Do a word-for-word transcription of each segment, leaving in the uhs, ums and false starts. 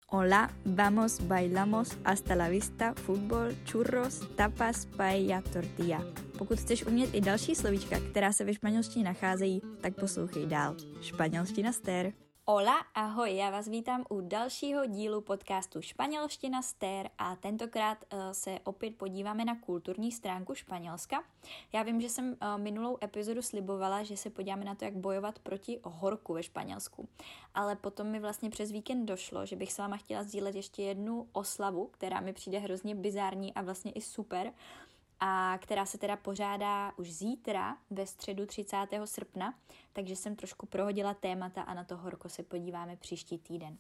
Hola, vamos, bailamos, hasta la vista, fútbol, churros, tapas, paella, tortilla. Pokud chceš umět i další slovíčka, která se ve španělštině nacházejí, tak poslouchej dál. Španělština stér. Hola, ahoj, já vás vítám u dalšího dílu podcastu Španělština stér a tentokrát uh, se opět podíváme na kulturní stránku Španělska. Já vím, že jsem uh, minulou epizodu slibovala, že se podíváme na to, jak bojovat proti horku ve Španělsku, ale potom mi vlastně přes víkend došlo, že bych s váma chtěla sdílet ještě jednu oslavu, která mi přijde hrozně bizární a vlastně i super, a která se teda pořádá už zítra ve středu třicátého srpna, takže jsem trošku prohodila témata a na to horko se podíváme příští týden.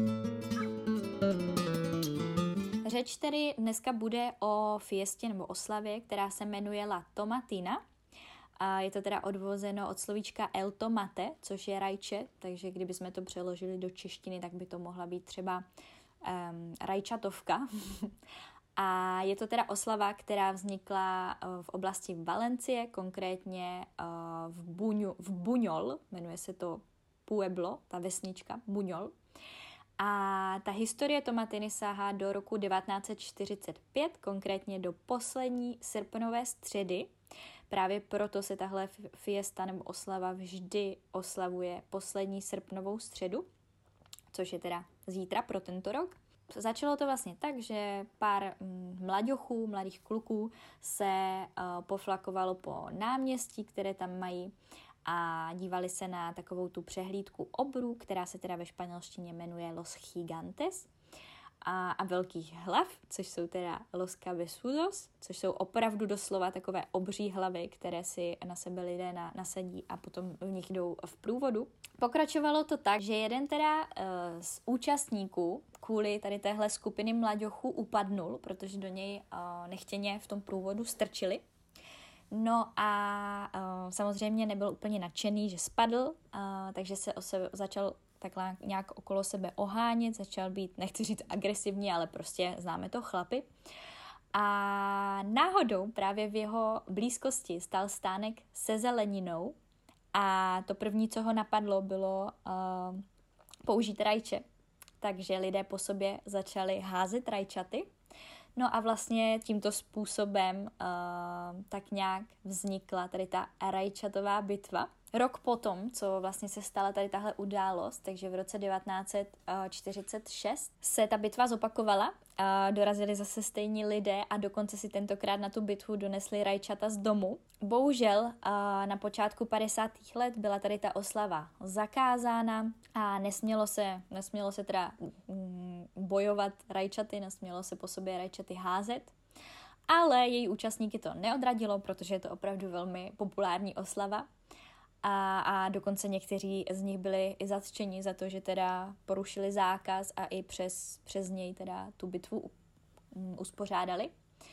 Řeč tedy dneska bude o fiestě nebo oslavě, která se jmenuje La Tomatina. A je to teda odvozeno od slovíčka el tomate, což je rajče, takže kdybychom to přeložili do češtiny, tak by to mohla být třeba um, rajčatovka. A je to teda oslava, která vznikla v oblasti Valencie, konkrétně v, Buňu, v Buñol, jmenuje se to Pueblo, ta vesnička Buñol. A ta historie tomatiny sahá do roku devatenáct set čtyřicet pět, konkrétně do poslední srpnové středy. Právě proto se tahle fiesta nebo oslava vždy oslavuje poslední srpnovou středu, což je teda zítra pro tento rok. Začalo to vlastně tak, že pár mlaďochů, mladých kluků se uh, poflakovalo po náměstí, které tam mají a dívali se na takovou tu přehlídku obrů, která se teda ve španělštině jmenuje Los Gigantes a, a velkých hlav, což jsou teda Los Cabezudos, což jsou opravdu doslova takové obří hlavy, které si na sebe lidé na, nasadí a potom v nich jdou v průvodu. Pokračovalo to tak, že jeden teda uh, z účastníků kvůli tady téhle skupiny mlaďochů upadnul, protože do něj uh, nechtěně v tom průvodu strčili. No a uh, samozřejmě nebyl úplně nadšený, že spadl, uh, takže se o sebe začal takhle nějak okolo sebe ohánět, začal být, nechci říct agresivní, ale prostě známe to, chlapi. A náhodou právě v jeho blízkosti stál stánek se zeleninou a to první, co ho napadlo, bylo uh, použít rajče. Takže lidé po sobě začali házet rajčaty. No a vlastně tímto způsobem uh, tak nějak vznikla tady ta rajčatová bitva. Rok potom, co vlastně se stala tady tahle událost, takže v roce devatenáct set čtyřicet šest se ta bitva zopakovala, a dorazili zase stejní lidé a dokonce si tentokrát na tu bitvu donesli rajčata z domu. Bohužel na počátku padesátých let byla tady ta oslava zakázána a nesmělo se, nesmělo se teda bojovat rajčaty, nesmělo se po sobě rajčaty házet. Ale její účastníky to neodradilo, protože je to opravdu velmi populární oslava. A, a dokonce někteří z nich byli i zatčeni za to, že teda porušili zákaz a i přes, přes něj teda tu bitvu uspořádali.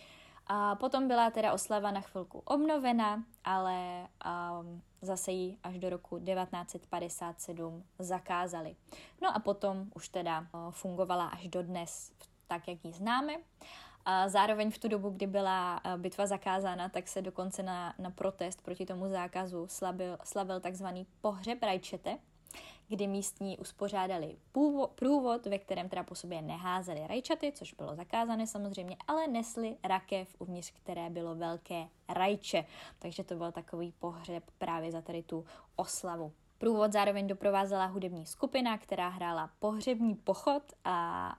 A potom byla teda oslava na chvilku obnovena, ale um, zase ji až do roku devatenáct set padesát sedm zakázali. No a potom už teda uh, fungovala až dodnes tak, jak ji známe. A zároveň v tu dobu, kdy byla bitva zakázána, tak se dokonce na, na protest proti tomu zákazu slavil, slavil takzvaný pohřeb rajčete, kdy místní uspořádali původ, průvod, ve kterém teda po sobě neházeli rajčaty, což bylo zakázané samozřejmě, ale nesli rakev, uvnitř které bylo velké rajče. Takže to byl takový pohřeb právě za tady tu oslavu. Průvod zároveň doprovázela hudební skupina, která hrála pohřební pochod a,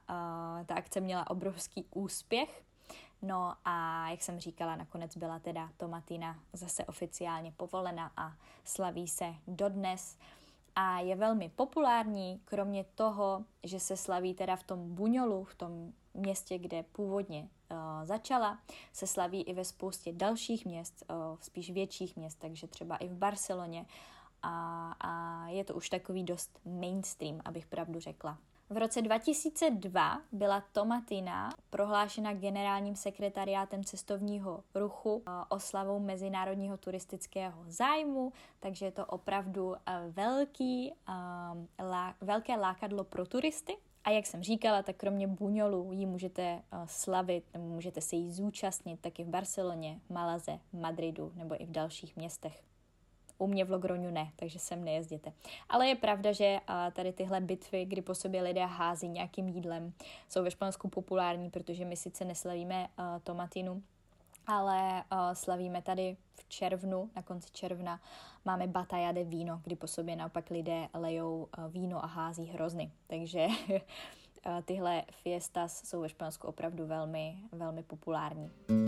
a ta akce měla obrovský úspěch. No a jak jsem říkala, nakonec byla teda tomatina zase oficiálně povolena a slaví se dodnes. A je velmi populární, kromě toho, že se slaví teda v tom Buñolu, v tom městě, kde původně uh, začala, se slaví i ve spoustě dalších měst, uh, spíš větších měst, takže třeba i v Barceloně. A, a je to už takový dost mainstream, abych pravdu řekla. V roce dva tisíce dva byla tomatina prohlášena generálním sekretariátem cestovního ruchu oslavou mezinárodního turistického zájmu, takže je to opravdu velký, velké lákadlo pro turisty. A jak jsem říkala, tak kromě Buñolu ji můžete slavit, nebo můžete se jí zúčastnit taky v Barceloně, Malaze, Madridu nebo i v dalších městech. U mě v Logroňu ne, takže sem nejezděte. Ale je pravda, že tady tyhle bitvy, kdy po sobě lidé hází nějakým jídlem, jsou ve Španělsku populární, protože my sice neslavíme uh, Tomatinu, ale uh, slavíme tady v červnu, na konci června, máme batalla de víno, kdy po sobě naopak lidé lejou uh, víno a hází hrozny. Takže uh, tyhle fiestas jsou ve Španělsku opravdu velmi, velmi populární.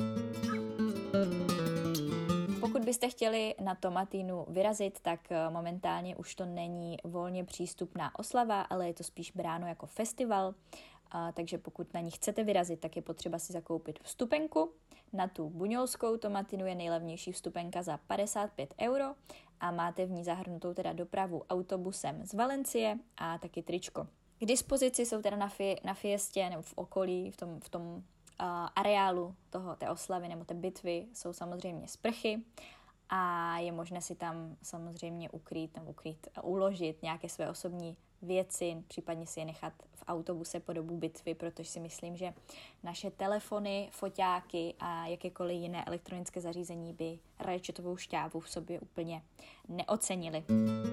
Pokud byste chtěli na Tomatinu vyrazit, tak momentálně už to není volně přístupná oslava, ale je to spíš bráno jako festival, a, takže pokud na ní chcete vyrazit, tak je potřeba si zakoupit vstupenku. Na tu buňolskou Tomatinu je nejlevnější vstupenka za padesát pět euro a máte v ní zahrnutou teda dopravu autobusem z Valencie a taky tričko. K dispozici jsou teda na, fie, na fiestě nebo v okolí, v tom, v tom Uh, areálu toho, té oslavy nebo té bitvy jsou samozřejmě sprchy a je možné si tam samozřejmě ukrýt nebo ukrýt a uložit nějaké své osobní věci, případně si je nechat v autobuse po dobu bitvy, protože si myslím, že naše telefony, foťáky a jakékoliv jiné elektronické zařízení by rajčatovou šťávu v sobě úplně neocenili.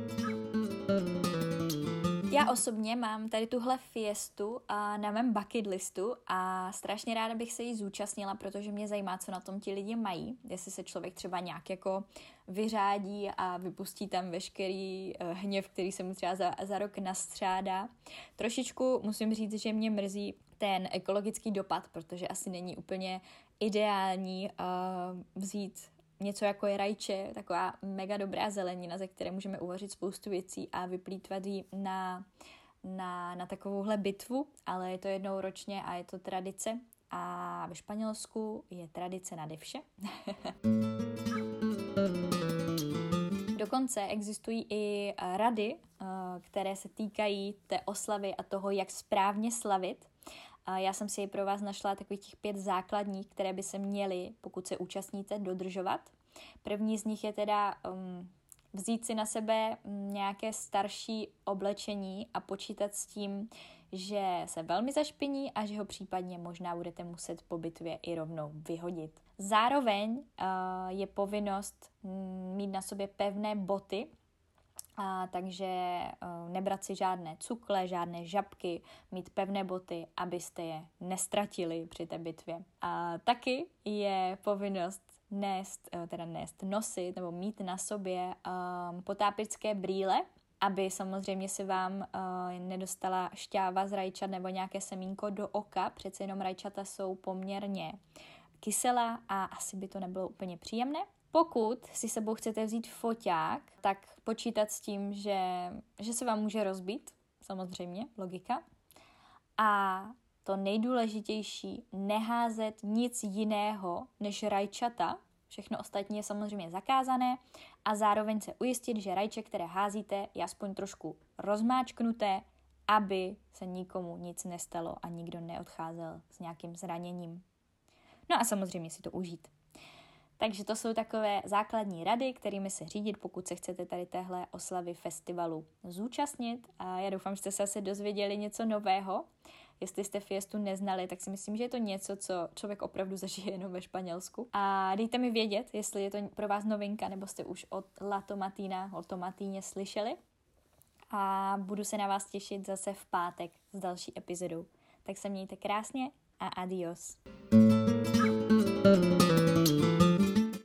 Já osobně mám tady tuhle fiestu na mém bucket listu a strašně ráda bych se jí zúčastnila, protože mě zajímá, co na tom ti lidi mají. Jestli se člověk třeba nějak jako vyřádí a vypustí tam veškerý hněv, který se mu třeba za, za rok nastřádá. Trošičku musím říct, že mě mrzí ten ekologický dopad, protože asi není úplně ideální uh, vzít něco jako je rajče, taková mega dobrá zelenina, ze které můžeme uvařit spoustu věcí a vyplýtvat ji na, na, na takovouhle bitvu, ale je to jednou ročně a je to tradice. A ve Španělsku je tradice nade vše. Dokonce existují i rady, které se týkají té oslavy a toho, jak správně slavit. Já jsem si pro vás našla takových těch pět základních, které by se měly, pokud se účastníte, dodržovat. První z nich je teda um, vzít si na sebe nějaké starší oblečení a počítat s tím, že se velmi zašpiní a že ho případně možná budete muset po bitvě i rovnou vyhodit. Zároveň uh, je povinnost mít na sobě pevné boty, A, takže uh, nebrat si žádné cukle, žádné žabky, mít pevné boty, abyste je nestratili při té bitvě. A taky je povinnost nést, uh, teda nést, nosit nebo mít na sobě um, potápěčské brýle, aby samozřejmě se vám uh, nedostala šťáva z rajčat nebo nějaké semínko do oka. Přece jenom rajčata jsou poměrně kyselá a asi by to nebylo úplně příjemné. Pokud si sebou chcete vzít foťák, tak počítat s tím, že, že se vám může rozbít, samozřejmě, logika. A to nejdůležitější, neházet nic jiného než rajčata, všechno ostatní je samozřejmě zakázané a zároveň se ujistit, že rajče, které házíte, je aspoň trošku rozmáčknuté, aby se nikomu nic nestalo a nikdo neodcházel s nějakým zraněním. No a samozřejmě si to užít. Takže to jsou takové základní rady, kterými se řídit, pokud se chcete tady téhle oslavy festivalu zúčastnit. A já doufám, že jste se asi dozvěděli něco nového. Jestli jste fiestu neznali, tak si myslím, že je to něco, co člověk opravdu zažije jenom ve Španělsku. A dejte mi vědět, jestli je to pro vás novinka, nebo jste už od La Tomatina, o Tomatíně slyšeli. A budu se na vás těšit zase v pátek s další epizodou. Tak se mějte krásně a adios.